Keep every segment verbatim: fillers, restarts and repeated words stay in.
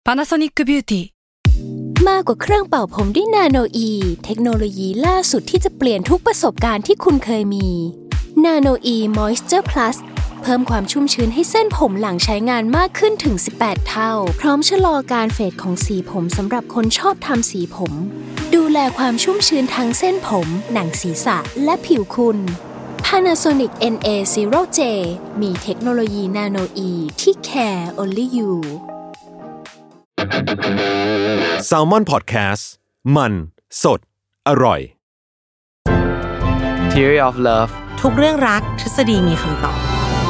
Panasonic Beauty มากกว่าเครื่องเป่าผมด้วยนาโนอีเทคโนโลยีล่าสุดที่จะเปลี่ยนทุกประสบการณ์ที่คุณเคยมีนาโนอีมอยส์เจอร์พลัสเพิ่มความชุ่มชื้นให้เส้นผมหลังใช้งานมากขึ้นถึงสิบแปดเท่าพร้อมชะลอการเฟดของสีผมสำหรับคนชอบทำสีผมดูแลความชุ่มชื้นทั้งเส้นผมหนังศีรษะและผิวคุณ Panasonic เอ็น เอ ศูนย์ เจ มีเทคโนโลยีนาโนอีที่ care only you Salmon Podcast มันสดอร่อย Theory of Love ทุกเรื่องรักทฤษฎีมีคำตอบ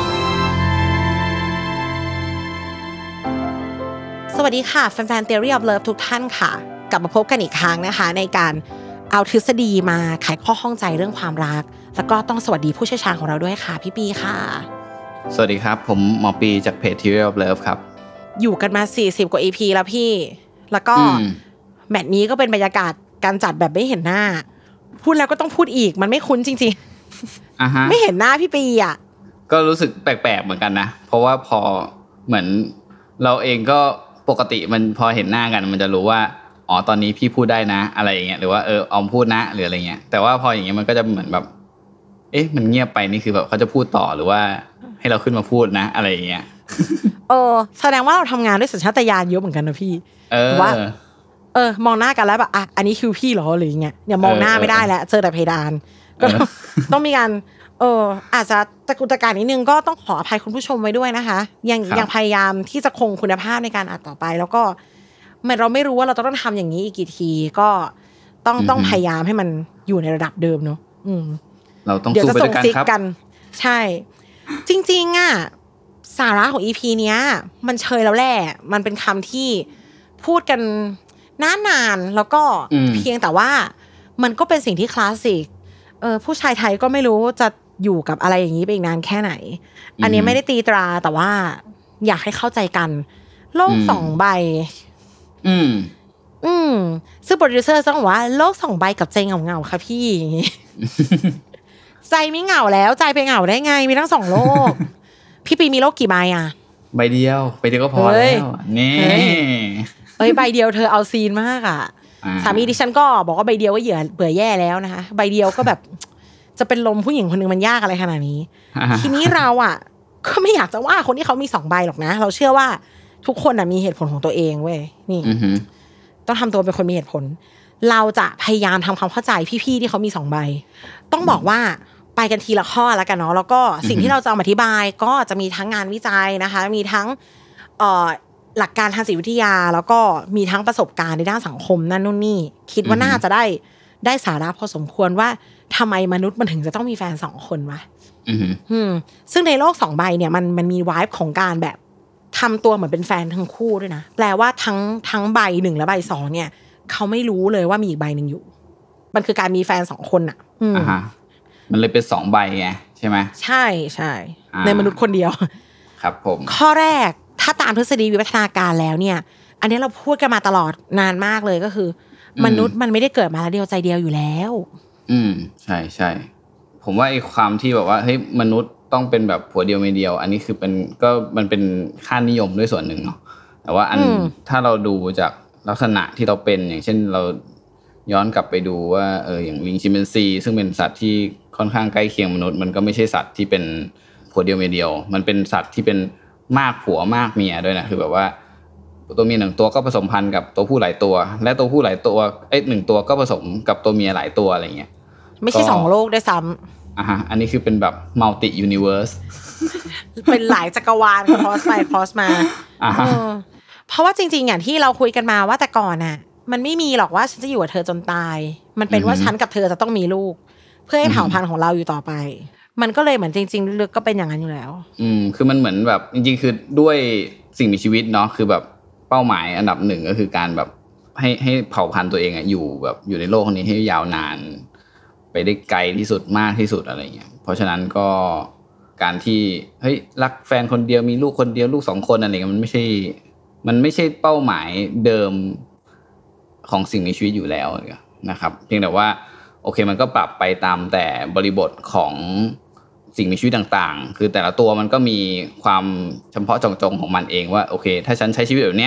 สวัสดีค่ะแฟนๆ Theory of Love ทุกท่านค่ะกลับมาพบกันอีกครั้งนะคะในการเอาทฤษฎีมาไขข้อข้องใจเรื่องความรักแล้วก็ต้องสวัสดีผู้เชี่ยวชาญของเราด้วยค่ะพี่ปีค่ะสวัสดีครับผมหมอปีจากเพจ Theory of Love ครับอยู่กันมาสี่สิบกว่า อี พี แล้วพี่แล้วก็แมตช์นี้ก็เป็นบรรยากาศการจัดแบบไม่เห็นหน้าพูดแล้วก็ต้องพูดอีกมันไม่คุ้นจริงๆ uh-huh. ไม่เห็นหน้าพี่ปีอ่ะก็รู้สึกแปลกๆเหมือนกันนะเพราะว่าพอเหมือนเราเองก็ปกติมันพอเห็นหน้ากันมันจะรู้ว่าอ๋อตอนนี้พี่พูดได้นะอะไรอย่างเงี้ยหรือว่าเออออมพูดนะหรืออะไรเงี้ยแต่ว่าพออย่างเงี้ยมันก็จะเหมือนแบบเอ๊ะมันเงียบไปนี่คือแบบเขาจะพูดต่อหรือว่าให้เราขึ้นมาพูดนะอะไรอย่างเงี้ยเออแสดงว่าเราทำงานด้วยสัญชาตญาณเยอะเหมือนกันนะพี่เออว่าเออมองหน้ากันแล้วแบบอ่ะอันนี้คือพี่เหรอหรืออย่างเงี้ยเนี่ยมองหน้าไม่ได้แล้วเจอแต่เพดานก็ต้องมีการเอออาจจะตะกุกตะการนิดนึงก็ต้องขออภัยคุณผู้ชมไว้ด้วยนะคะยังยังพยายามที่จะคงคุณภาพในการอัดต่อไปแล้วก็มันเราไม่รู้ว่าเราต้องทำอย่างนี้อีกกี่ทีก็ต้องต้องพยายามให้มันอยู่ในระดับเดิมเนาะอืมเราต้องสู้ไปด้วยกันครับใช่จริงๆอ่ะสาระของ อี พี เนี้ยมันเชยแล้วแหละมันเป็นคำที่พูดกันนานๆแล้วก็เพียงแต่ว่ามันก็เป็นสิ่งที่คลาสสิกเออผู้ชายไทยก็ไม่รู้จะอยู่กับอะไรอย่างนี้ไปอีกนานแค่ไหนอันนี้ไม่ได้ตีตราแต่ว่าอยากให้เข้าใจกันโลกสองใบอืมอืมซึ่งโปรดิวเซอร์ต้องบอกว่าโลกสองใบกับใจเหงาๆค่ะพี่ ใจไม่เหงาแล้วใจไปเหงาได้ไงมีทั้งสองโลก พี่ปีมีโลกกี่ใบอ่ะใบเดียวใบเดียวก็พอแล้วนี่เอ้ยใบเดียวเธอเอาซีนมากอ่ะสามีดิฉันก็บอกว่าใบเดียวก็เหยื่อเบื่อแย่แล้วนะคะใบเดียวก็แบบจะเป็นลมผู้หญิงคนนึงมันยากอะไรขนาดนี้ ทีนี้เราอ่ะก็ไม่อยากจะว่าคนที่เขามีสองใบหรอกนะเราเชื่อว่าทุกคนน่ะมีเหตุผลของตัวเองเว้ยนี่ต้องทำตัวเป็นคนมีเหตุผลเราจะพยายามทำความเข้าใจพี่ๆที่เขามีสองใบต้องบอกว่าไปกันทีละข้อแล้วกันเนาะแล้วก็สิ่งที่เราจะเอามาอธิบายก็จะมีทั้งงานวิจัยนะคะมีทั้งเอ่อหลักการทางจิตวิทยาแล้วก็มีทั้งประสบการณ์ในด้านสังคมนั่นนู่นนี่คิดว่าน่าจะได้ได้สาระพอสมควรว่าทำไมมนุษย์มันถึงจะต้องมีแฟนสองคนวะอืมซึ่งในโลกสองใบเนี่ยมันมันมีไวบ์ของการแบบทำตัวเหมือนเป็นแฟนทั้งคู่ด้วยนะแปลว่าทั้งทั้งใบหนึ่งและใบสองเนี่ยเขาไม่รู้เลยว่ามีอีกใบหนึ่งอยู่มันคือการมีแฟนสองคนอ่ะอืมมันเลยเป็นสองใบไงใช่ไหมใช่ใช่ในมนุษย์คนเดียวครับผมข้อแรกถ้าตามทฤษฎีวิวัฒนาการแล้วเนี่ยอันนี้เราพูดกันมาตลอดนานมากเลยก็คือมนุษย์มันไม่ได้เกิดมาแล้วเดียวใจเดียวอยู่แล้วอืมใช่ใช่ผมว่าไอ้ความที่แบบว่าเฮ้ยมนุษย์ต้องเป็นแบบผัวเดียวเมียเดียวอันนี้คือเป็นก็มันเป็นค่านิยมด้วยส่วนหนึ่งเนาะแต่ว่าอันถ้าเราดูจากลักษณะที่เราเป็นอย่างเช่นเราย้อนกลับไปดูว่าเอออย่างลิงชิมแปนซีซึ่งเป็นสัตว์ที่ค่อนข้างใกล้เคียงมนุษย์มันก็ไม่ใช่สัตว์ที่เป็นผัวเดียวเมียเดียวมันเป็นสัตว์ที่เป็นมากผัวมากเมียด้วยนะคือแบบว่าตัวเมียหนึ่งตัวก็ผสมพันธุ์กับตัวผู้หลายตัวและตัวผู้หลายตัวเอ้ยหนึ่งตัวก็ผสมกับตัวเมียหลายตัวอะไรเงี้ยไม่ใช่สองโลกด้วยซ้ำอ่ะฮะอันนี้คือเป็นแบบมัลติยูนิเวิร์สเป็นหลายจักรวาลคอสไปคอสมาเพราะว่าจริงๆอย่างที่เราคุยกันมาว่าแต่ก่อนน่ะมันไม่มีหรอกว่าฉันจะอยู่กับเธอจนตายมันเป็นว่าฉันกับเธอจะต้องมีลูกเพื่อให้เผ่าพันธุ์ของเราอยู่ต่อไปมันก็เลยเหมือนจริงๆลึกก็เป็นอย่างนั้นอยู่แล้วอืมคือมันเหมือนแบบจริงๆคือด้วยสิ่งมีชีวิตเนาะคือแบบเป้าหมายอันดับหนึ่งก็คือการแบบให้ให้เผ่าพันธุ์ตัวเองอ่ะอยู่แบบอยู่ในโลกนี้ให้ยาวนานไปได้ไกลที่สุดมากที่สุดอะไรเงี้ยเพราะฉะนั้นก็การที่เฮ้ยรักแฟนคนเดียวมีลูกคนเดียวลูกสองคนอะไรเงี้ยมันไม่ใช่มันไม่ใช่เป้าหมายเดิมของสิ่งมีชีวิตอยู่แล้วนะครับเพียงแต่ว่าโอเคมันก็ปรับไปตามแต่บริบทของสิ่งมีชีวิตต่างๆคือแต่ละตัวมันก็มีความเฉพาะเจาะจงของมันเองว่าโอเคถ้าฉันใช้ชีวิตแบบเนี้ย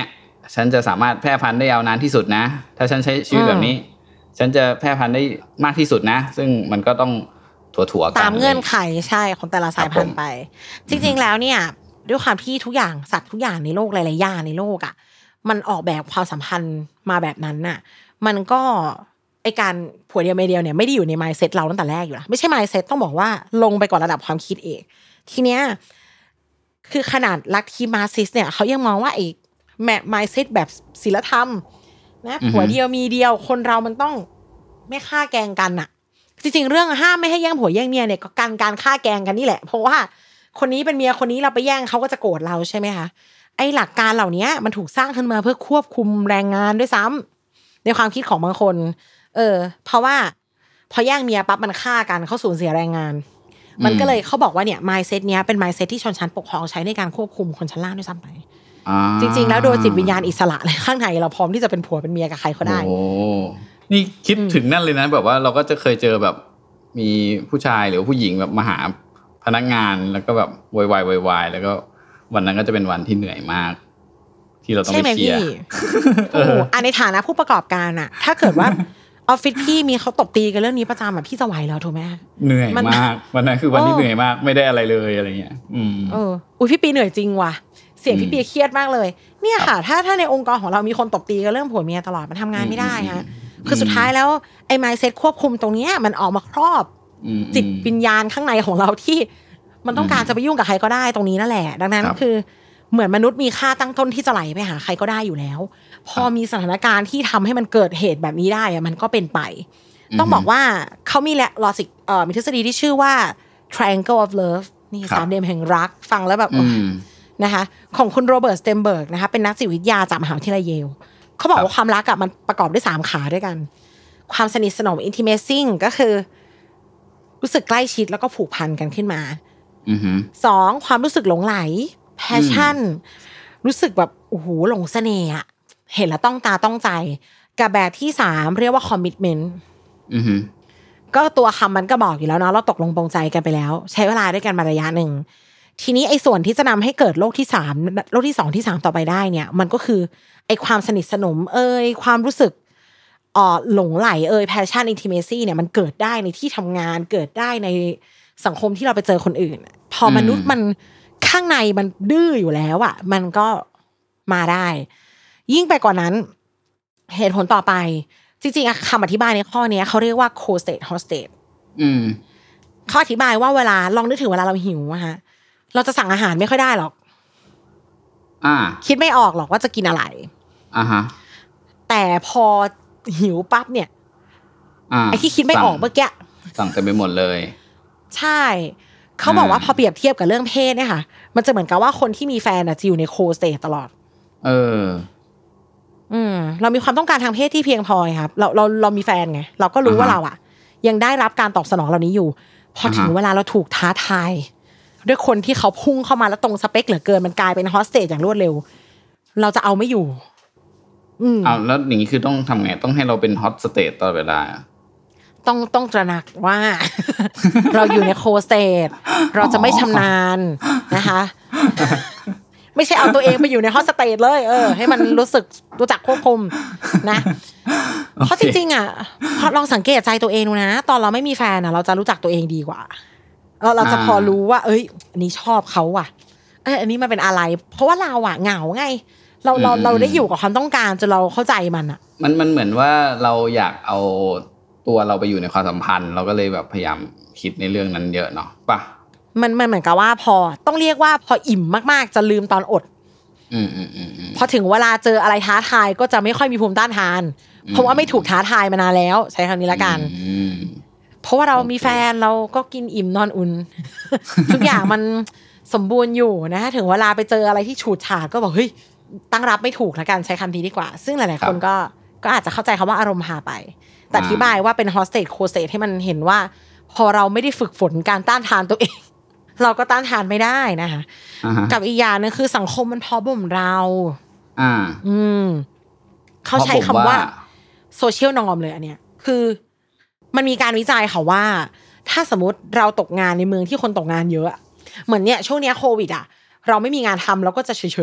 ฉันจะสามารถแพร่พันธุ์ได้ยาวนานที่สุดนะถ้าฉันใช้ชีวิตแบบนี้ฉันจะแพร่พันธุ์ได้มากที่สุดนะซึ่งมันก็ต้องถั่วๆกันตามเงื่อนไขใช่ของแต่ละสายพันธุ์ไปจริงๆแล้วเนี่ยด้วยความที่ทุกอย่างสัตว์ทุกอย่างในโลกหลายๆอย่างในโลกอ่ะมันออกแบบความสัมพันธ์มาแบบนั้นน่ะมันก็ไอการผัวเดียวเมียเดียวเนี่ยไม่ได้อยู่ใน mindset เราตั้งแต่แรกอยู่แล้วไม่ใช่ mindset ต้องบอกว่าลงไปก่อนระดับความคิดเองทีเนี้ยคือขนาดลัทธิมาร์กซิสเนี่ยเขายังมองว่าไอ้แม mindset แบบศีลธรรมนะผัวเดียวมีเดียวคนเรามันต้องไม่ฆ่าแกล้งกันน่ะจริงๆเรื่องห้ามไม่ให้แย่งผัวแย่งเมียเนี่ยก็การการฆ่าแกล้งกันนี่แหละเพราะว่าคนนี้เป็นเมียคนนี้เราไปแย่งเขาก็จะโกรธเราใช่ไหมคะไอ้หลักการเหล่านี้มันถูกสร้างขึ้นมาเพื่อควบคุมแรงงานด้วยซ้ำในความคิดของบางคนเออเพราะว่าพอแย่งเมียปั๊บมันฆ่ากันเขาสูญเสียแรงงานมันก็เลยเขาบอกว่าเนี่ย mindset เนี้ยเป็น mindset ที่ชนชั้นปกครองใช้ในการควบคุมคนชั้นล่างด้วยซ้ำไปจริงๆแล้วโดยจิตวิญญาณอิสระเลยข้างในเราพร้อมที่จะเป็นผัวเป็นเมียกับใครก็ได้โอ้นี่คิดถึงนั่นเลยนะแบบว่าเราก็จะเคยเจอแบบมีผู้ชายหรือผู้หญิงแบบมาหาพนักงานแล้วก็แบบโวยวายโวยวายแล้วก็วันนั้นก็จะเป็นวันที่เหนื่อยมากที่เราต้องไปเคลียร์โอ้โหอันในฐานะผู้ประกอบการอะถ้าเกิดว่าออฟฟิศพี่มีเขาตบตีกันเรื่องนี้ประจำอะพี่จะไหวแล้วถูกไหมเหนื่อยมากวันนั้นคือวันที่เหนื่อยมากไม่ได้อะไรเลยอะไรเงี้ยอืมเอออุ้ยพี่ปีเหนื่อยจริงว่ะเสียงพี่ปีเครียดมากเลยเนี่ยค่ะถ้าถ้าในองค์กรของเรามีคนตบตีกันเรื่องผัวเมียตลอดมันทำงานไม่ได้ฮะคือสุดท้ายแล้วไอ้ mindset ควบคุมตรงนี้มันออกมาครอบจิตวิญญาณข้างในของเราที่มันต้องการจะไปยุ่งกับใครก็ได้ตรงนี้นั่นแหละดังนั้นคือเหมือนมนุษย์มีค่าตั้งต้นที่จะไหลไปหาใครก็ได้อยู่แล้วพอมีสถานการณ์ที่ทำให้มันเกิดเหตุแบบนี้ได้อะมันก็เป็นไปต้องบอกว่าเขามีแหละลอจิกเอ่อมีทฤษฎีที่ชื่อว่า triangle of love นี่สามเหลี่ยมแห่งรักฟังแล้วแบบนะคะของคุณโรเบิร์ตสเตนเบิร์กนะคะเป็นนักจิตวิทยาจากมหาวิทยาลัยเยลเขาบอกว่าความรักอะมันประกอบด้วยสามขาด้วยกันความสนิทสนม intimacy ก็คือรู้สึกใกล้ชิดแล้วก็ผูกพันกันขึ้นมาสองความรู้สึกหลงไหล passion รู้สึกแบบโอ้โหหลงเสน่ห์อะเห็นแล้วต้องตาต้องใจกับแบบที่สามเรียกว่า commitment ก็ตัวคำมันก็บอกอยู่แล้วเนาะเราตกลงปรงใจกันไปแล้วใช้เวลาด้วยกันมาระยะหนึ่งทีนี้ไอ้ส่วนที่จะนำให้เกิดโลกที่สามโลกที่สองที่สามต่อไปได้เนี่ยมันก็คือไอ้ความสนิทสนมเอ่ยความรู้สึกอ่อหลงไหลเอ่ย passion intimacy เนี่ยมันเกิดได้ในที่ทำงานเกิดได้ในสังคมที่เราไปเจอคนอื่นพอมนุษย์มันข้างในมันดื้ออยู่แล้วอ่ะมันก็มาได้ยิ่งไปกว่านั้นเหตุผลต่อไปจริงๆคำอธิบายในข้อนี้เขาเรียกว่า co-state hostage อืมเขาอธิบายว่าเวลาลองนึกถึงเวลาเราหิวอะฮะเราจะสั่งอาหารไม่ค่อยได้หรอกอ่าคิดไม่ออกหรอกว่าจะกินอะไรอ่าฮะแต่พอหิวปั๊บเนี่ยไอ้ที่คิดไม่ออกเมื่อกี้สั่งเต็มไปหมดเลยใช่เขาบอกว่าพอเปรียบเทียบกับเรื่องเพศเนี่ยค่ะมันจะเหมือนกับว่าคนที่มีแฟนอ่ะจะอยู่ในโคสเตทตลอดเอออืมเรามีความต้องการทางเพศที่เพียงพอครับเราเราเรามีแฟนไงเราก็รู้ว่าเราอ่ะยังได้รับการตอบสนองเหล่านี้อยู่พอถึงเวลาเราถูกท้าทายด้วยคนที่เขาพุ่งเข้ามาแล้วตรงสเปคเหลือเกินมันกลายเป็นโฮสเตสอย่างรวดเร็วเราจะเอาไม่อยู่อืมเอาแล้วอย่างนี้คือต้องทำไงต้องให้เราเป็นฮอตสเตทตลอดเวลาต้องต้องตระหนักว่า เราอยู่ในโคสเตทเราจะไม่ชำนาญนะคะ ไม่ใช่เอาตัวเองไปอยู่ในฮอตสเตทเลยเออให้มันรู้สึกรู้จักควบคุมนะเพราะจริงๆอ่ะลองสังเกตใจตัวเองดูนะตอนเราไม่มีแฟนอ่ะเราจะรู้จักตัวเองดีกว่าเราเราจะพอรู้ว่าเอ้ยอันนี้ชอบเขาอ่ะเอ้ยอันนี้มันเป็นอะไรเพราะว่าเราอ่ะเหงาไงเราเราเราได้อยู่กับความต้องการจนเราเข้าใจมันอ่ะมันมันเหมือนว่าเราอยากเอาตัวเราไปอยู่ในความสัมพันธ์เราก็เลยแบบพยายามคิดในเรื่องนั้นเยอะเนาะป่ะมันมันเหมือนกับว่าพอต้องเรียกว่าพออิ่มมากๆจะลืมตอนอดอืมอืมอืมพอถึงเวลาเจออะไรท้าทายก็จะไม่ค่อยมีภูมิต้านทานเพราะว่าไม่ถูกท้าทายมานานแล้วใช้คำนี้ละกันเพราะว่าเรามีแฟนเราก็กินอิ่มนอนอุ่น ทุกอย่างมันสมบูรณ์อยู่นะถึงเวลาไปเจออะไรที่ฉูดฉาดก็บอกเฮ้ยตั้งรับไม่ถูกละกันใช้คำนี้ดีกว่าซึ่งหลายๆคนก็ก็อาจจะเข้าใจคำว่าอารมณ์พาไปแต่อธิบายว่าเป็นโฮสเตสโคสเตสให้มันเห็นว่าพอเราไม่ได้ฝึกฝนการต้านทานตัวเองเราก็ต้านทานไม่ได้นะคะ uh-huh. กับอีกอย่างนึงคือสังคมมันพอบ่มเราอ่าอืมเขาใช้คำว่าโซเชียลนอร์มเลยอันเนี้ยคือมันมีการวิจัยค่ะว่าถ้าสมมติเราตกงานในเมืองที่คนตกงานเยอะเหมือนเนี้ยช่วงเนี้ยโควิดอ่ะเราไม่มีงานทำเราก็จะเฉยๆ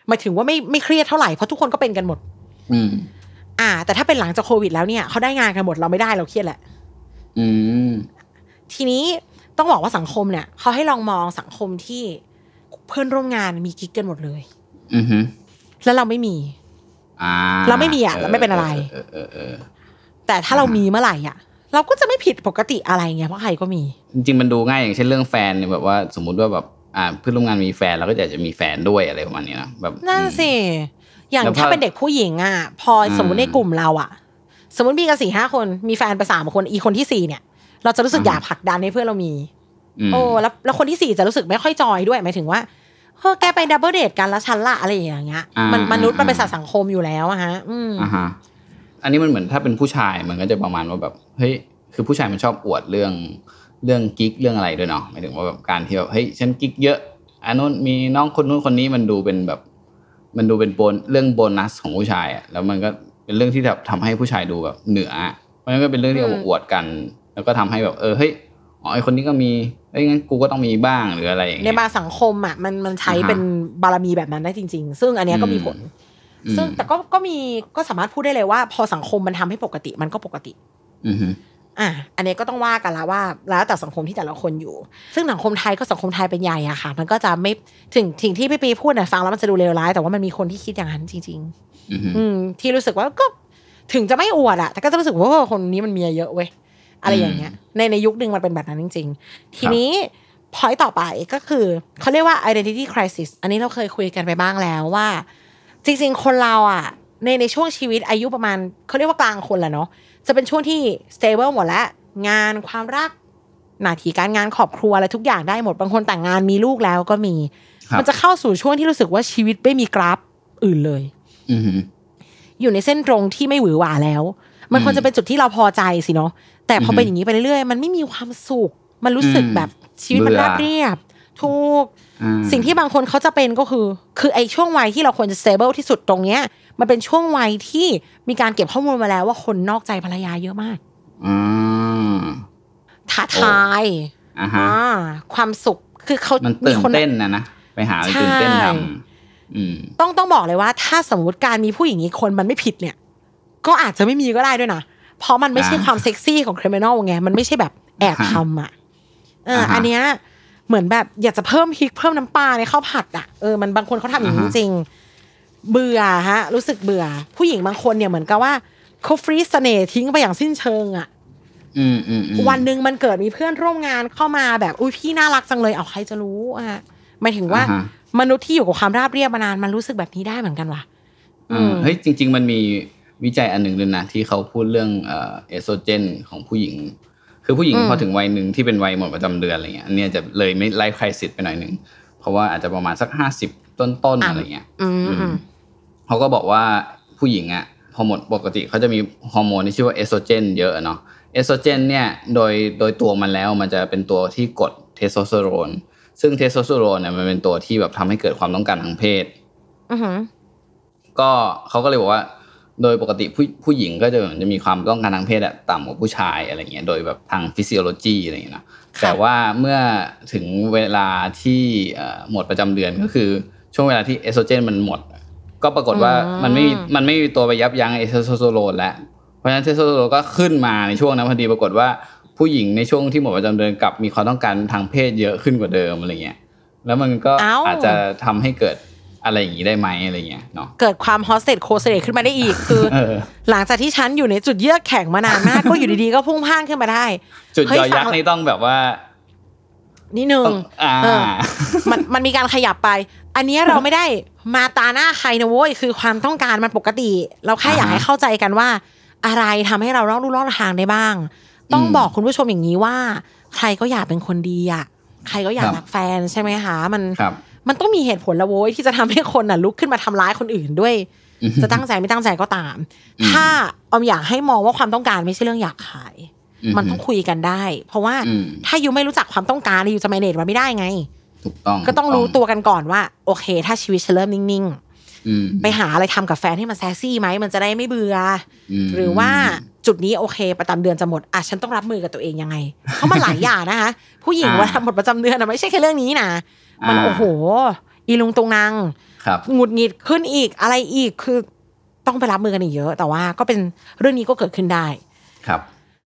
หมายถึงว่าไม่ไม่เครียดเท่าไหร่เพราะทุกคนก็เป็นกันหมดอืมอ่าแต่ถ้าเป็นหลังจากโควิดแล้วเนี่ยเขาได้งานกันหมดเราไม่ได้เราเครียดแหละอืมทีนี้ต้องบอกว่าสังคมเนี่ยเขาให้ลองมองสังคมที่เพื่อนร่วมงานมีกิ๊กกันหมดเลยอือฮึแล้วเราไม่มีอ่าเราไม่มีอ่ะเราไม่เป็นอะไรเออเออเออแต่ถ้าเรามีเมื่อไหร่อ่ะเราก็จะไม่ผิดปกติอะไรไงเพราะใครก็มีจริงๆมันดูง่ายอย่างเช่นเรื่องแฟนเนี่ยแบบว่าสมมุติว่าแบบอ่าเพื่อนร่วมงานมีแฟนเราก็อยากจะมีแฟนด้วยอะไรประมาณนี้นะแบบนั่นสิอย่างถ้าเป็นเด็กผู้หญิงอ่ะพอสมมุติในกลุ่มเราอ่ะสมมุติมีกัน สี่ห้า คนมีแฟนไปสามคนอีกคนที่สี่เนี่ยเราจะรู้สึกอยากผลักดันให้เพื่อนเรามีโอ้แล้วแล้วคนที่สี่จะรู้สึกไม่ค่อยจอยด้วยหมายถึงว่าเฮ้ยแกไปดับเบิลเดทกันแล้วฉันละอะไรอย่างเงี้ยมันมนุษย์มันเป็นสัตว์สังคมอยู่แล้วอะฮะอืมอ่าฮะอันนี้มันเหมือนถ้าเป็นผู้ชายมันก็จะประมาณว่าแบบเฮ้ยคือผู้ชายมันชอบอวดเรื่องเรื่องกิ๊กเรื่องอะไรด้วยเนาะหมายถึงว่าแบบการที่แบบเฮ้ยฉันกิ๊กเยอะอันนู้นมีน้องคนนู้นคนนี้มันดูเป็นแบบมันดูเป็นโบนเรื่องโบนัสของผู้ชายอ่ะแล้วมันก็เป็นเรื่องที่แบบทำให้ผู้ชายดูแบบเหนือเพราะงั้นก็เป็นเรื่องที่เอาอวดกันแล้วก็ทำให้แบบเออเฮ้ยอ๋อไอคนนี้ก็มีเอ้ยงั้นกูก็ต้องมีบ้างหรืออะไรอย่างเงี้ยในบางสังคมอ่ะมันมันใช้เป็นบารมีแบบนั้นได้จริงๆซึ่งอันเนี้ยก็มีผลซึ่งแต่ก็ก็มีก็สามารถพูดได้เลยว่าพอสังคมมันทำให้ปกติมันก็ปกติอือฮึอ่ะอันนี้ก็ต้องว่ากันแล้วว่าแล้วแต่สังคมที่แต่ละคนอยู่ซึ่งสังคมไทยก็สังคมไทยเป็นใหญ่อะค่ะมันก็จะไม่ถึงถึงที่พี่ปีพูดน่ะฟังแล้วมันจะดูเลวร้ายแต่ว่ามันมีคนที่คิดอย่างนั้นจริงๆอืมที่รู้สึกว่าก็ถึงจะไม่อวดอะแต่ก็จะรู้สึกว่าคนนี้มันมีเยอะเว้ยอะไรอย่างเงี้ยในในยุคนึงมันเป็นแบบนั้นจริงๆทีนี้พอยต์ต่อไปก็คือเขาเรียกว่า identity crisis อันนี้เราเคยคุยกันไปบ้างแล้วว่าจริงๆคนเราอ่ะในในช่วงชีวิตอายุประมาณเขาเรียกว่ากลางคนแหละเนาะจะเป็นช่วงที่ stable หมดแล้วงานความรักหน้าที่การงานครอบครัวอะไรทุกอย่างได้หมดบางคนแต่งงานมีลูกแล้วก็มีมันจะเข้าสู่ช่วงที่รู้สึกว่าชีวิตไม่มีกราฟอื่นเลยอยู่ในเส้นตรงที่ไม่หวือหวาแล้วมันควรจะเป็นจุดที่เราพอใจสิเนาะแต่พอเป็นอย่างนี้ไปเรื่อยๆมันไม่มีความสุขมันรู้สึกแบบชีวิตมันราบเรียบทุกสิ่งที่บางคนเขาจะเป็นก็คือคือไอ้ช่วงวัยที่เราควรจะ stable ที่สุดตรงเนี้ยมันเป็นช่วงวัยที่มีการเก็บข้อมูลมาแล้วว่าคนนอกใจภรรยาเยอะมากท้าทายความสุขคือเขามันตื่นเต้นนะนะไปหาอะไรตื่นเต้นทำต้องต้องบอกเลยว่าถ้าสมมติการมีผู้หญิงอีกคนมันไม่ผิดเนี่ยก็อาจจะไม่มีก็ได้ด้วยนะเพราะมันไม่ใช่ความเซ็กซี่ของ criminal ไงมันไม่ใช่แบบแอบทำอ่ะเอออันเนี้ยเหมือนแบบอยากจะเพิ่มพริกเพิ่มน้ำปลาในข้าวผัดอ่ะเออมันบางคนเขาทำอย่างนี้จริงเบื่อฮะรู้สึกเบื่อผู้หญิงบางคนเนี่ยเหมือนกับว่าเขาฟรีซเสน่ห์ทิ้งไปอย่างสิ้นเชิงอ่ะอืมอืมวันนึงมันเกิดมีเพื่อนร่วมงานเข้ามาแบบอุ้ยพี่น่ารักจังเลยเอาใครจะรู้อ่ะหมายถึงว่ามนุษย์ที่อยู่กับความราบเรียบมานานมันรู้สึกแบบนี้ได้เหมือนกันว่ะอืมเฮ้ยจริงๆมันมีวิจัยอันหนึ่งด้วยนะที่เขาพูดเรื่องเอ่อเอสโตรเจนของผู้หญิงคือผู้หญิงพอถึงวัยนึงที่เป็นวัยหมดประจำเดือนอะไรเงี้ยอันนี้จะเลยไม่ไลฟ์ไครซิสไปหน่อยนึงเพราะว่าอาจจะประมาณสักห้าสิบต้นๆอะไรเงี้ยเขาก็บอกว่าผู้หญิงอ่ะพอหมดปกติเขาจะมีฮอร์โมนที่ชื่อว่าเอสโตรเจนเยอะเนาะเอสโตรเจนเนี่ยโดยโดยตัวมันแล้วมันจะเป็นตัวที่กดเทสโทสเตอโรนซึ่งเทสโทสเตอโรนเนี่ยมันเป็นตัวที่แบบทำให้เกิดความต้องการทางเพศก็เขาก็เลยบอกว่าโดยปกติผู้ผู้หญิงก็จะจะมีความต้องการทางเพศอะต่ำกว่าผู้ชายอะไรเงี้ยโดยแบบทางฟิสิโอโลจีอะไรเงี้ยนะแต่ว่าเมื่อถึงเวลาที่หมดประจำเดือนก็คือช่วงเวลาที่เอสโตรเจนมันหมดก็ปรากฏว่ามันไม่มันไม่มีตัวไปยับยั้งเอสโตรสเตอโรนแล้วเพราะฉะนั้นเทสโทสเตอโรนก็ขึ้นมาในช่วงนั้นพอดีปรากฏว่าผู้หญิงในช่วงที่หมดประจำเดือนกลับมีความต้องการทางเพศเยอะขึ้นกว่าเดิมอะไรเงี้ยแล้วมันก็อาจจะทำให้เกิดอะไรอย่างนี้ได้ไหมอะไรเงี้ยเนาะเกิดความฮอสเตสโคเซเรตขึ้นมาได้อีกคือหลังจากที่ฉันอยู่ในจุดเยือกแข็งมานานมากก็อยู่ดีๆก็พุ่งพ่านขึ้นมาได้จุดยอยักษ์นี่ต้องแบบว่านิดนึงมันมันมีการขยับไปอันนี้เราไม่ได้มาตาหน้าใครนะโว้ยคือความต้องการมันปกติเราแค่อยากให้เข้าใจกันว่าอะไรทำให้เรารอดลู่รอดทางได้บ้างต้องบอกคุณผู้ชมอย่างนี้ว่าใครก็อยากเป็นคนดีอ่ะใครก็อยากรักแฟนใช่ไหมคะมันมันต้องมีเหตุผลละโว้ยที่จะทำให้คนน่ะลุกขึ้นมาทำร้ายคนอื่นด้วยจะตั้งใจไม่ตั้งใจก็ตามถ้าออมอยากให้มองว่าความต้องการไม่ใช่เรื่องอยากขายมันต้องคุยกันได้เพราะว่าถ้ายูไม่รู้จักความต้องการยูจะ manage มันไม่ได้ไงถูกต้องก็ต้องรู้ตัวกันก่อนว่าโอเคถ้าชีวิตฉันเริ่มนิ่งๆไปหาอะไรทำกับแฟนให้มันแซซี่ไหมมันจะได้ไม่เบื่อหรือว่าจุดนี้โอเคประจำเดือนจะหมดอ่ะฉันต้องรับมือกับตัวเองยังไงเพราะมันหลายอย่างนะคะผู้หญิงว่าทำหมดประจำเดือนนะไม่ใช่แค่เรื่องนี้นะมันโอ้โหอีลุงตุงนางครับหงุดหงิดขึ้นอีกอะไรอีกคือต้องไปรับมือกันอีกเยอะแต่ว่าก็เป็นเรื่องนี้ก็เกิดขึ้นได้ครับ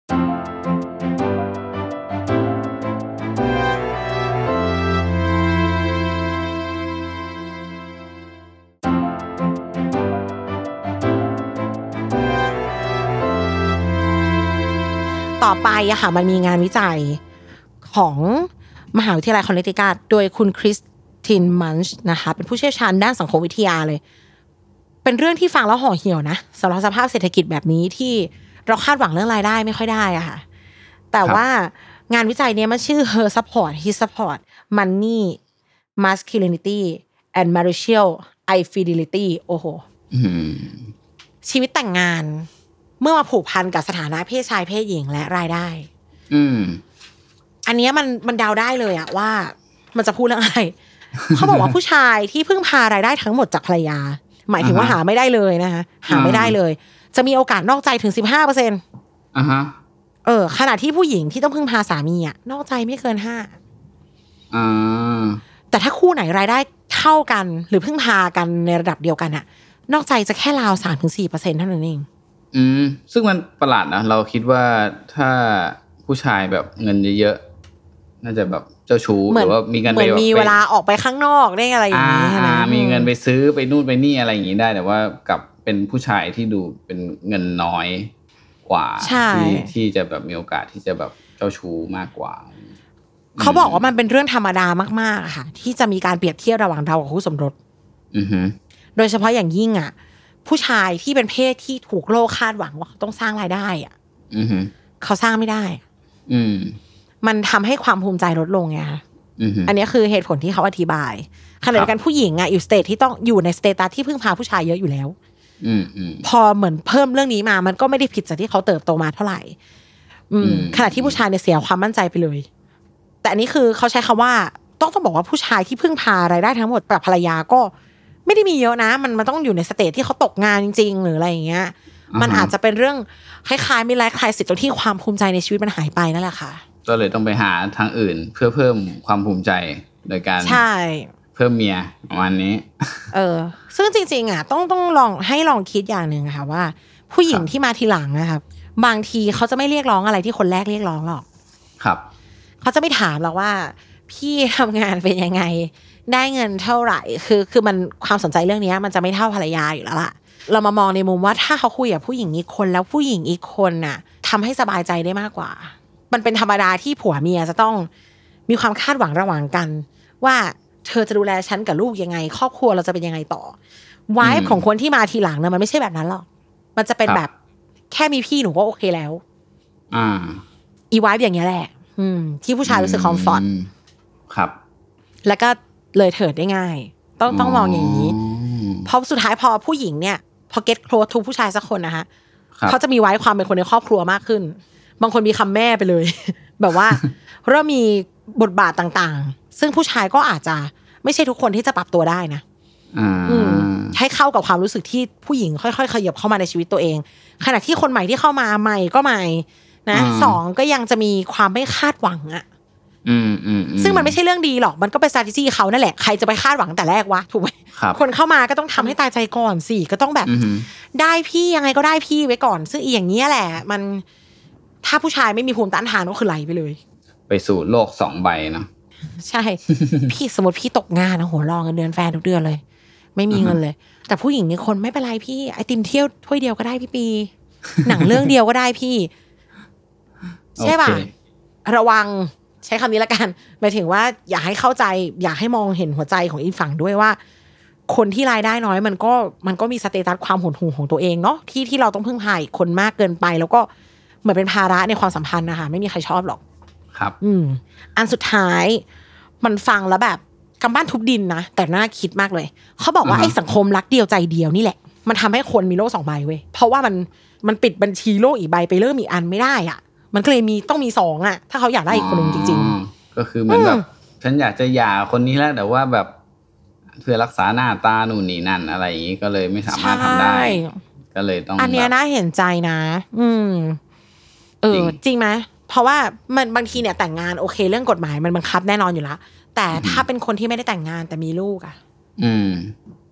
ต่อไปอะค่ะมันมีงานวิจัยของมหาวิทยาลัยคอนเนตทิคัตโดยคุณคริสตินมันช์นะคะเป็นผู้เชี่ยวชาญด้านสังคมวิทยาเลยเป็นเรื่องที่ฟังแล้วห่อเหี่ยวนะสำหรับสภาพเศรษฐกิจแบบนี้ที่เราคาดหวังเรื่องรายได้ไม่ค่อยได้อะค่ะแต่ว่างานวิจัยนี้มันชื่อ Her Support His Support Money Masculinity and Marital Infidelity โอ้โหชีวิตแต่งงานเมื่อมาผูกพันกับสถานะเพศชายเพศหญิงและรายได้อืมอันนี้มันมันเดาได้เลยอะว่ามันจะพูดเรื่องอะไร เขาบอกว่าผู้ชายที่พึ่งพารายได้ทั้งหมดจากภรรยาหมายถึงว่าหาไม่ได้เลยนะคะหาไม่ได้เลยจะมีโอกาสนอกใจถึง สิบห้าเปอร์เซ็นต์อ่าฮะเออขณะที่ผู้หญิงที่ต้องพึ่งพาสามีอะนอกใจไม่เกินห้าอ่าแต่ถ้าคู่ไหนรายได้เท่ากันหรือพึ่งพากันในระดับเดียวกันอะนอกใจจะแค่ราว สามถึงสี่เปอร์เซ็นต์ เท่านั้นเองอืมซึ่งมันประหลาดนะเราคิดว่าถ้าผู้ชายแบบเงินเยอะๆน่าจะแบบเจ้าชู้หรือว่ามีเงินไปเหมือนมีเวลาออกไปข้างนอกได้อะไรอย่างนี้นะมีเงินไปซื้อไปนู่นไปนี่อะไรอย่างนี้ได้แต่ว่ากับเป็นผู้ชายที่ดูเป็นเงินน้อยกว่าที่ที่จะแบบมีโอกาสที่จะแบบเจ้าชู้มากกว่าเขาบอกว่ามันเป็นเรื่องธรรมดามากๆค่ะที่จะมีการเปรียบเทียบระหว่างเรากับคู่สมรสอือฮึโดยเฉพาะอย่างยิ่งอ่ะผู้ชายที่เป็นเพศที่ถูกโลกคาดหวังว่าต้องสร้างรายได้อ่ะอือฮึเขาสร้างไม่ได้อืมมันทำให้ความภูมิใจลดลงไงคะอือฮึอันนี้คือเหตุผลที่เขาอธิบายขณะเดียวกันผู้หญิงอ่ะอยู่สเตทที่ต้องอยู่ในสเตตัสที่พึ่งพาผู้ชายเยอะอยู่แล้วอืมอืมพอเหมือนเพิ่มเรื่องนี้มามันก็ไม่ได้ผิดจากที่เขาเติบโตมาเท่าไหร่อืมขณะที่ผู้ชายเนี่ยเสียความมั่นใจไปเลยแต่อันนี้คือเขาใช้คำว่าต้องต้องบอกว่าผู้ชายที่พึ่งพารายได้ทั้งหมดกับภรรยาก็ไม่ได้มีเยอะนะมันมันต้องอยู่ในสเตจที่เขาตกงานจริงๆหรืออะไรอย่างเงี้ยมันอาจจะเป็นเรื่องคล้ายๆมิไลฟ์คลายสิทธิ์ตรงที่ความภูมิใจในชีวิตมันหายไปนั่นแหละค่ะก็เลยต้องไปหาทางอื่นเพื่อเพิ่มความภูมิใจโดยการใช่เพิ่มเมียประมาณนี้เออซึ่งจริงๆอ่ะต้องต้องลองให้ลองคิดอย่างนึงค่ะว่าผู้หญิงที่มาทีหลังนะครับบางทีเขาจะไม่เรียกร้องอะไรที่คนแรกเรียกร้องหรอกครับเขาจะไม่ถามหรอกว่าพี่ทำงานเป็นยังไงได้เงินเท่าไหร่คือคือมันความสนใจเรื่องนี้มันจะไม่เท่าภรรยาอยู่แล้วล่ะเรามามองในมุมว่าถ้าเขาคุยกับผู้หญิงอีกคนแล้วผู้หญิงอีกคนน่ะทำให้สบายใจได้มากกว่ามันเป็นธรรมดาที่ผัวเมียจะต้องมีความคาดหวังระหว่างกันว่าเธอจะดูแลฉันกับลูกยังไงครอบครัวเราจะเป็นยังไงต่อวายของคนที่มาทีหลังเนี่ยมันไม่ใช่แบบนั้นหรอกมันจะเป็นแบบแค่มีพี่หนูก็โอเคแล้วอ่าอีวายอย่างเงี้ยแหละอืมที่ผู้ชายรู้สึกคอมฟอร์ตครับแล้วก็เลยเถิดได้ง่ายต้องต้องมองอย่างนี้เพราะสุดท้ายพอผู้หญิงเนี่ยพอเก็ตโคลสทูผู้ชายสักคนนะคะเขาจะมีไว้ความเป็นคนในครอบครัวมากขึ้นบางคนมีคำแม่ไปเลย แบบว่าเริ่มมีบทบาทต่างๆซึ่งผู้ชายก็อาจจะไม่ใช่ทุกคนที่จะปรับตัวได้นะให้เข้ากับความรู้สึกที่ผู้หญิงค่อยๆขยับเข้ามาในชีวิตตัวเองขณะที่คนใหม่ที่เข้ามาใหม่ก็ใหม่นะสองก็ยังจะมีความไม่คาดหวังอะซึ่งมันไม่ใช่เรื่องดีหรอกมันก็เป็น strategy เขานั่นแหละใครจะไปคาดหวังแต่แรกวะถูกไหมคนเข้ามาก็ต้องทำให้ตายใจก่อนสิก็ต้องแบบได้พี่ยังไงก็ได้พี่ไว้ก่อนซึ่งอีอย่างนี้แหละมันถ้าผู้ชายไม่มีภูมิต้านทานก็คือไหลไปเลยไปสู่โลกสองใบเนาะใช่ พี่สมมติพี่ตกงานนะโหรอเงินเดือนแฟนทุกเดือนเลยไม่มีเงินเลยแต่ผู้หญิงนี่คนไม่เป็นไรพี่ไอติมเที่ยวถ้วยเดียวก็ได้พี่ปีหนังเรื่องเดียวก็ได้พี่ใช่ป่ะระวังใช้คำนี้ละกันหมายถึงว่าอยากให้เข้าใจอยากให้มองเห็นหัวใจของอีกฝั่งด้วยว่าคนที่รายได้น้อยมันก็มันก็มีสเตตัสความหดหู่ของตัวเองเนาะที่ที่เราต้องพึ่งพาคนมากเกินไปแล้วก็เหมือนเป็นภาระในความสัมพันธ์นะคะไม่มีใครชอบหรอกครับอืมอันสุดท้ายมันฟังแล้วแบบกำบ้านทุบดินนะแต่น่าคิดมากเลยเขาบอกว่า uh-huh. ไอ้สังคมรักเดียวใจเดียวนี่แหละมันทำให้คนมีโลกสองใบเว้ยเพราะว่ามันมันปิดบัญชีโลกอีกใบไปเริ่มอีกอันไม่ได้อ่ะมันก็เลยมีต้องมีสองอ่ะถ้าเขาอยากได้อีกคนนึงจริงๆก็คือเหมือนแบบฉันอยากจะหย่าคนนี้แล้วแต่ว่าแบบเพื่อรักษาหน้าตาหนูนี่นั่นอะไรอย่างนี้ก็เลยไม่สามารถทำได้ก็เลยต้องอันเนี้ยน่าเห็นใจนะอืมเออจริงไหมเพราะว่ามันบางทีเนี่ยแต่งงานโอเคเรื่องกฎหมายมันบังคับแน่นอนอยู่แล้วแต่ถ้าเป็นคนที่ไม่ได้แต่งงานแต่มีลูกอ่ะอืม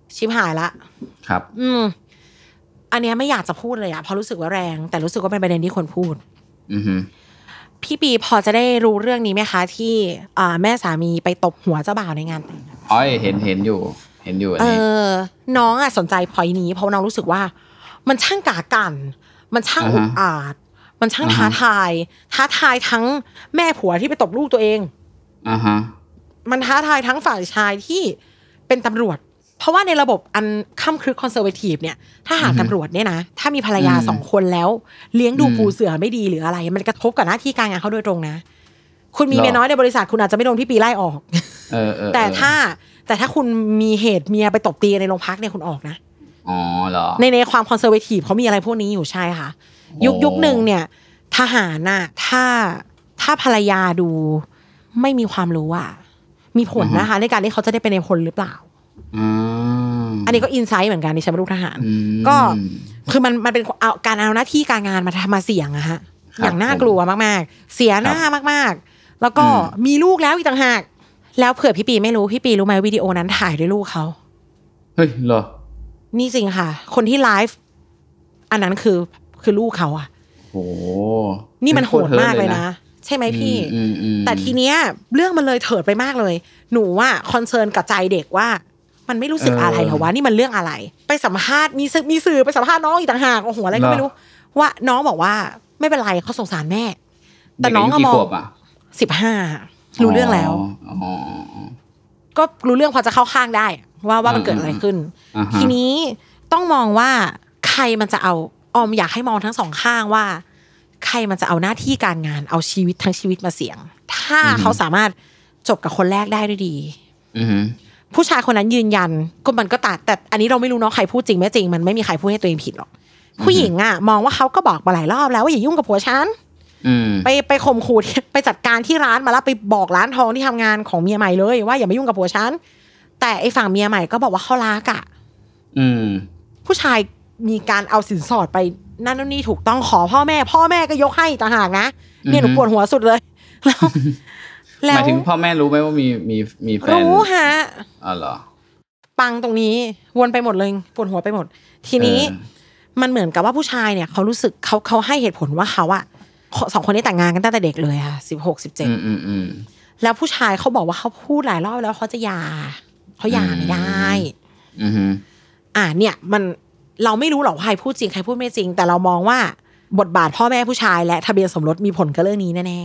ชิบหายละครับอืมอันเนี้ยไม่อยากจะพูดเลยอะเพราะรู้สึกว่าแรงแต่รู้สึกว่าเป็นประเด็นที่ควรพูดอือฮึพี่ปีพอจะได้รู้เรื่องนี้ไหมคะที่อ่าแม่สามีไปตบหัวเจ้าบ่าวในงานแต่งอ๋อเห็นเห็นอยู่เห็นอยู่อันนี้เออน้องอะสนใจพอยนี้เพราะน้องรู้สึกว่ามันช่างกากันมันช่างอุกอาจมันช่างท้าทายท้าทายทั้งแม่ผัวที่ไปตบลูกตัวเองอ่าฮะมันท้าทายทั้งฝ่ายชายที่เป็นตำรวจเพราะว่าในระบบอันค่ำครึกคอนเซอร์เวทีฟเนี่ยถ้าหากตำรวจเนี่ยนะถ้ามีภรรยาสองคนแล้วเลี้ยงดูปูเสือไม่ดีหรืออะไรมันกระทบกับหน้าที่การงานเขาโดยตรงนะคุณมีเมียน้อยในบริษัทคุณอาจจะไม่โดนพี่ปีไล่ออกแต่ถ้าแต่ถ้าคุณมีเหตุเมียไปตบตีในโรงพักเนี่ยคุณออกนะอ๋อเหรอในในความคอนเซอร์เวทีฟเขามีอะไรพวกนี้อยู่ใช่ค่ะยุคยุคหนึ่งเนี่ยทหารน่ะถ้าถ้าภรรยาดูไม่มีความรู้อ่ะมีผลนะคะในการที่เขาจะได้เป็นในพลหรือเปล่าอันนี้ก็อินไซต์เหมือนกันดิฉันเป็นลูกทหารก็คือมันมันเป็นเอาการเอาหน้าที่การงานมาทำมาเสี่ยงอะฮะอย่างน่ากลัวมากๆเสียหน้ามากๆแล้วก็มีลูกแล้วอีกต่างหากแล้วเผื่อพี่ปีไม่รู้พี่ปีรู้ไหมวิดีโอนั้นถ่ายด้วยลูกเขาเฮ้ยเหรอนี่จริงค่ะคนที่ไลฟ์อันนั้นคือคือลูกเขาอะโอ้นี่มันโหดมากเลยนะใช่ไหมพี่แต่ทีเนี้ยเรื่องมันเลยเถิดไปมากเลยหนูว่าคอนเซิร์นกับใจเด็กว่ามันไม่รู้สึกอะไรเหรอวะนี่มันเรื่องอะไรไปสัมภาษณ์มีมีสื่อไปสัมภาษณ์น้องอีกต่างหากโอ้โหอะไรก็ไม่รู้ว่าน้องบอกว่าไม่เป็นไรเขาสงสารแม่แต่น้องก็มองสิบห้ารู้เรื่องแล้วก็รู้เรื่องพอจะเข้าข้างได้ว่าว่ามันเกิดอะไรขึ้นทีนี้ต้องมองว่าใครมันจะเอาออมอยากให้มองทั้งสองข้างว่าใครมันจะเอาหน้าที่การงานเอาชีวิตทั้งชีวิตมาเสี่ยงถ้าเขาสามารถจบกับคนแรกได้ด้วยดีผู้ชายคนนั้นยืนยันก็มันก็ตัดแต่อันนี้เราไม่รู้เนาะใครพูดจริงไม่จริงมันไม่มีใครพูดให้ตัวเองผิดหรอกผู้หญิงอ่ะมองว่าเขาก็บอกมาหลายรอบแล้วว่าอย่ายุ่งกับผัวฉันไปไปข่มขู่ไปจัดการที่ร้านมาแล้วไปบอกร้านทองที่ทำงานของเมียใหม่เลยว่าอย่ามายุ่งกับผัวฉันแต่ไอ้ฝั่งเมียใหม่ก็บอกว่าเขารักอ่ะผู้ชายมีการเอาสินสอดไปนั่นนู่นนี่ถูกต้องขอพ่อแม่พ่อแม่ก็ยกให้ต่างหากนะเนี่ยหนูปวดหัวสุดเลยแล้วหมายถึงพ่อแม่รู้ไหมว่ามีมีมีแฟนรู้ฮะอ๋อเหรอปังตรงนี้วนไปหมดเลยปวดหัวไปหมดทีนี้มันเหมือนกับว่าผู้ชายเนี่ยเขารู้สึกเขาเขาให้เหตุผลว่าเขาอะสองคนนี้แต่งงานกันตั้งแต่เด็กเลยค่ะสิบหกสิบเจ็ดแล้วผู้ชายเขาบอกว่าเขาพูดหลายรอบแล้วเขาจะหย่าเขาหย่าไม่ได้อ่าเนี่ยมันเราไม่รู้หรอกใครพูดจริงใครพูดไม่จริงแต่เรามองว่าบทบาทพ่อแม่ผู้ชายและทะเบียนสมรสมีผลกับเรื่องนี้แน่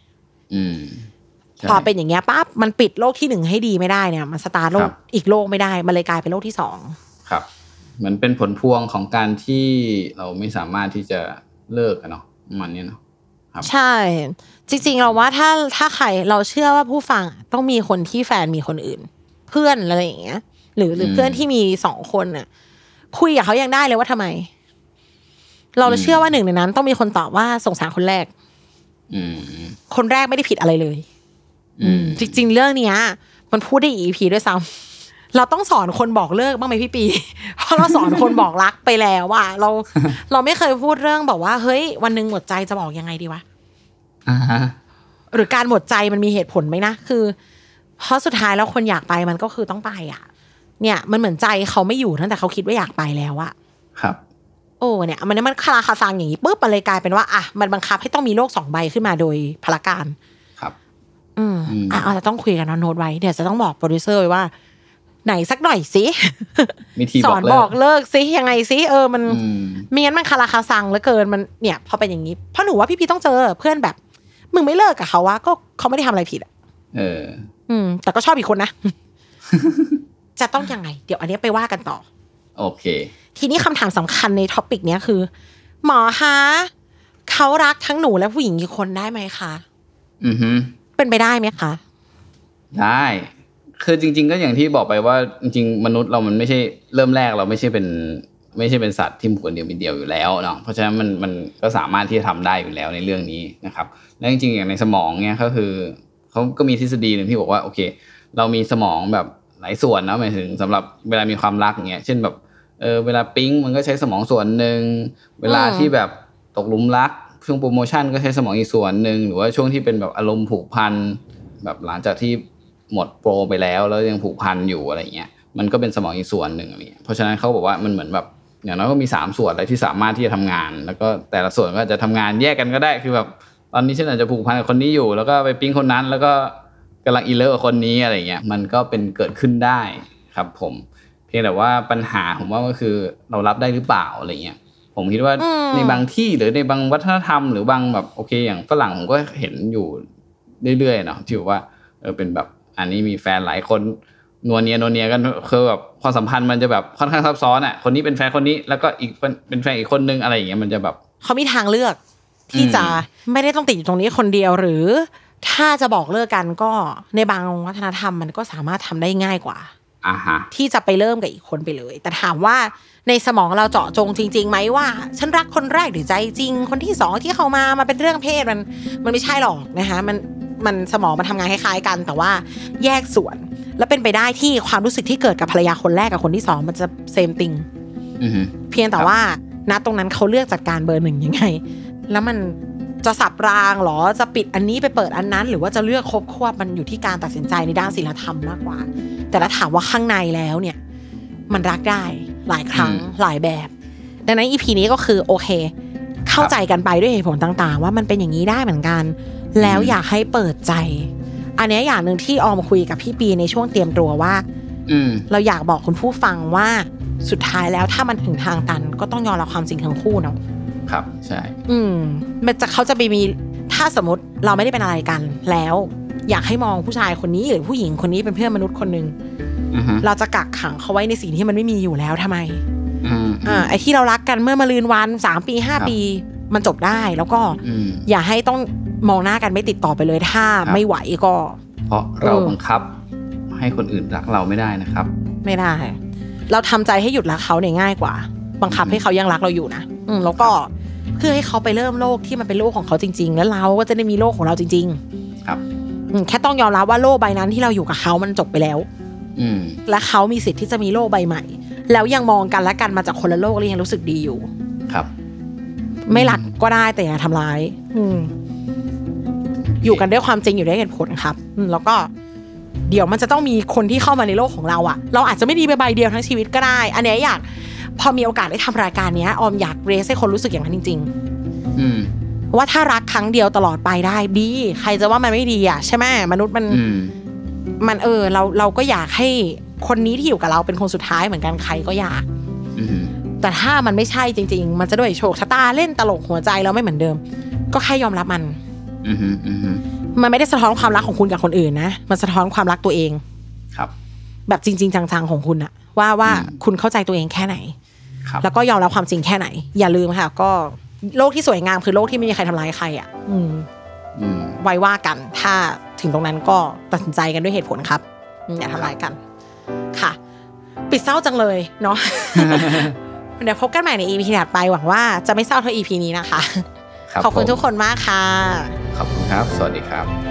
ๆพอเป็นอย่างเงี้ยปั๊บมันปิดโลกที่หนึ่งให้ดีไม่ได้เนี่ยมันสตาร์ทโลกอีกโลกไม่ได้มันเลยกลายเป็นโลกที่สองครับเหมือนเป็นผลพวงของการที่เราไม่สามารถที่จะเลิกกันเนาะมันเนี่ยเนาะครับใช่จริงๆเราว่าถ้าถ้าใครเราเชื่อว่าผู้ฟังต้องมีคนที่แฟนมีคนอื่นเพื่อนอะไรอย่างเงี้ยหรือหรือเพื่อนที่มีสองคนน่ะคุยกับเขายังได้เลยว่าทำไมเราเชื่อว่าหนึ่งในนั้นต้องมีคนตอบว่าสงสารคนแรกคนแรกไม่ได้ผิดอะไรเลยจริงๆเรื่องนี้มันพูดได้อีก อี พี ด้วยซ้ำเราต้องสอนคนบอกเลิกบ้างไหมพี่ปีเพราะเราสอนคนบอกรักไปแล้วว่าเราเราไม่เคยพูดเรื่องบอกว่าเฮ้ยวันนึงหมดใจจะบอกยังไงดีวะหรือการหมดใจมันมีเหตุผลไหมนะคือเพราะสุดท้ายแล้วคนอยากไปมันก็คือต้องไปอ่ะเนี่ยมันเหมือนใจเขาไม่อยู่ตั้งแต่เขาคิดว่าอยากไปแล้วอะครับโอ้เนี่ยมันมันคลาคาซังอย่างนี้ปุ๊บมันเลยกลายเป็นว่าอ่ะมันบังคับให้ต้องมีโลกสองใบขึ้นมาโดยพละการครับอืมอ่ะเอาจะต้องคุยกันโน้ตไว้เดี๋ยวจะต้องบอกโปรดิวเซอร์ไว้ว่าไหนสักหน่อยสิสอนบอกเลิกสิยังไงสิเออมันไม่งั้นมันคลาคาซังเหลือเกินมันเนี่ยพอเป็นอย่างนี้เพราะหนูว่าพี่พีต้องเจอเพื่อนแบบมึงไม่เลิกกับเขาวะก็เขาไม่ได้ทำอะไรผิดอ่ะเอออืมแต่ก็ชอบอีกคนนะจะต้องยังไงเดี๋ยวอันนี้ไปว่ากันต่อโอเคทีนี้คำถามสำคัญในท็อปิกนี้คือหมอคะเขารักทั้งหนูและผู้หญิงอีกคนได้ไหมคะอือฮึเป็นไปได้ไหมคะได้คือจริงๆก็อย่างที่บอกไปว่าจริงๆมนุษย์เรามันไม่ใช่เริ่มแรกเราไม่ใช่เป็นไม่ใช่เป็นสัตว์ที่มีคนเดียวเป็นเดียวอยู่แล้วเนาะเพราะฉะนั้นมันมันก็สามารถที่จะทำได้อยู่แล้วในเรื่องนี้นะครับและจริงๆอย่างในสมองเนี่ยก็คือเขาก็มีทฤษฎีนึงที่บอกว่าโอเคเรามีสมองแบบหลายส่วนนะหมายถึงสำหรับเวลามีความรักอย่างเงี้ยเช่นแบบเออเวลาปิ๊งมันก็ใช้สมองส่วนนึงเวลาที่แบบตกหลุมรักช่วงโปรโมชั่นก็ใช้สมองอีกส่วนนึงหรือว่าช่วงที่เป็นแบบอารมณ์ผูกพันแบบหลังจากที่หมดโปรไปแล้วแล้วยังผูกพันอยู่อะไรเงี้ยมันก็เป็นสมองอีกส่วนหนึ่งอะไรเงี้ยเพราะฉะนั้นเขาบอกว่ามันเหมือนแบบอย่างน้อยก็มีสามส่วนอะไรที่สามารถที่จะทำงานแล้วก็แต่ละส่วนก็จะทำงานแยกกันก็ได้คือแบบตอนนี้ฉันอาจจะผูกพันกับคนนี้อยู่แล้วก็ไปปิ๊งคนนั้นแล้วก็กำลังอินเลิฟกับคนนี้อะไรเงี้ยมันก็เป็นเกิดขึ้นได้ครับผมเพียงแต่ว่าปัญหาผมว่าก็คือเรารับได้หรือเปล่าอะไรเงี้ยผมคิดว่าในบางที่หรือในบางวัฒนธรรมหรือบางแบบโอเคอย่างฝรั่งผมก็เห็นอยู่เรื่อยๆเนาะที่ว่าเออเป็นแบบอันนี้มีแฟนหลายคนนัวเนียนัวเนียกันคือแบบความสัมพันธ์มันจะแบบค่อนข้างซับซ้อนอ่ะคนนี้เป็นแฟนคนนี้แล้วก็อีกเป็นแฟนอีกคนนึงอะไรอย่างเงี้ยมันจะแบบเขามีทางเลือกที่จะไม่ได้ต้องติดอยู่ตรงนี้คนเดียวหรือถ้าจะบอกเลิกกันก็ในบางวัฒนธรรมมันก็สามารถทำได้ง่ายกว่าอ่าฮะที่จะไปเริ่มกับอีกคนไปเลยแต่ถามว่าในสมองเราเจาะจงจริงๆไหมว่าฉันรักคนแรกหรือใจจริงคนที่สองที่เข้ามามาเป็นเรื่องเพศมันมันไม่ใช่หรอกนะคะมันมันสมองมันทำงานคล้ายๆกันแต่ว่าแยกส่วนแล้วเป็นไปได้ที่ความรู้สึกที่เกิดกับภรรยาคนแรกกับคนที่สองมันจะเซมติงเพียงแต่ว่าณตรงนั้นเขาเลือกจัดการเบอร์หนึ่งยังไงแล้วมันจะสับรางหรอจะปิดอันนี้ไปเปิดอันนั้นหรือว่าจะเลือกคบควบมันอยู่ที่การตัดสินใจในด้านศีลธรรมมากกว่าแต่ถ้าถามว่าข้างในแล้วเนี่ยมันรักได้หลายครั้งหลายแบบดังนั้น อี พี นี้ก็คือโอเคเข้าใจกันไปด้วยเหตุผลต่างๆว่ามันเป็นอย่างนี้ได้เหมือนกันแล้วอยากให้เปิดใจอันนี้อย่างนึงที่ออมคุยกับพี่ปีในช่วงเตรียมตัวว่าเราอยากบอกคุณผู้ฟังว่าสุดท้ายแล้วถ้ามันถึงทางตันก็ต้องยอมรับความจริงทั้งคู่เนาะครับใช่อืมมันจะเขาจะไปมีถ้าสมมติเราไม่ได้เป็นอะไรกันแล้วอยากให้มองผู้ชายคนนี้หรือผู้หญิงคนนี้เป็นเพื่อนมนุษย์คนนึง uh-huh. เราจะกักขังเขาไว้ในสิ่งที่มันไม่มีอยู่แล้วทำไม uh-huh. อ่าไอ้ที่เรารักกันเมื่อมะรืนวันสามปีห้าปีมันจบได้แล้วก็ uh-huh. อย่าให้ต้องมองหน้ากันไม่ติดต่อไปเลยถ้า uh-huh. ไม่ไหวก็เพราะเราบังคับให้คนอื่นรักเราไม่ได้นะครับไม่ได้เราทำใจให้หยุดรักเขาเนี่ยง่ายกว่าบังคับ uh-huh. ให้เขายังรักเราอยู่นะอืมแล้วก็เพื่อให้เขาไปเริ่มโลกที่มันเป็นโลกของเขาจริงๆแล้วเราก็จะได้มีโลกของเราจริงๆครับแค่ต้องยอมรับว่าโลกใบนั้นที่เราอยู่กับเขามันจบไปแล้วอืมและเขามีสิทธิ์ที่จะมีโลกใบใหม่แล้วยังมองกันและกันมาจากคนละโลกแล้วยังรู้สึกดีอยู่ครับไม่รักก็ได้แต่อย่าทำร้ายอืมอยู่กันด้วยความจริงอยู่ด้วยเหตุผลครับอืมแล้วก็เดี๋ยวมันจะต้องมีคนที่เข้ามาในโลกของเราอ่ะเราอาจจะไม่ดีไปใบเดียวทั้งชีวิตก็ได้อันนี้อยากพอมีโอกาสได้ทำรายการนี้ออมอยากเรสให้คนรู้สึกอย่างนั้นจริงๆอืมว่าถ้ารักครั้งเดียวตลอดไปได้ดีใครจะว่ามันไม่ดีอ่ะใช่ไหมมนุษย์มันมันเออเราเราก็อยากให้คนนี้ที่อยู่กับเราเป็นคนสุดท้ายเหมือนกันใครก็อยากแต่ถ้ามันไม่ใช่จริงๆมันจะด้วยโชคชะตาเล่นตลกหัวใจแล้วไม่เหมือนเดิมก็แค่ยอมรับมันมันไม่ได้สะท้อนความรักของคุณกับคนอื่นนะมันสะท้อนความรักตัวเองครับแบบจริงๆจังๆของคุณอะว่าว่าคุณเข้าใจตัวเองแค่ไหนแล้วก็ยอมรับความจริงแค่ไหนอย่าลืมค่ะก็โลกที่สวยงามคือโลกที่ไม่มีใครทำร้ายใครอ่ะอืมไว้ว่ากันถ้าถึงตรงนั้นก็ตัดสินใจกันด้วยเหตุผลครับอย่าทำร้ายกันค่ะปิดเศร้าจังเลยเนาะ เดี๋ยวพบกันใหม่ใน อี พี ถัดไปหวังว่าจะไม่เศร้าเท่า อี พี นี้นะคะขอบคุณทุกคนมากค่ะขอบคุณครับสวัสดีครับ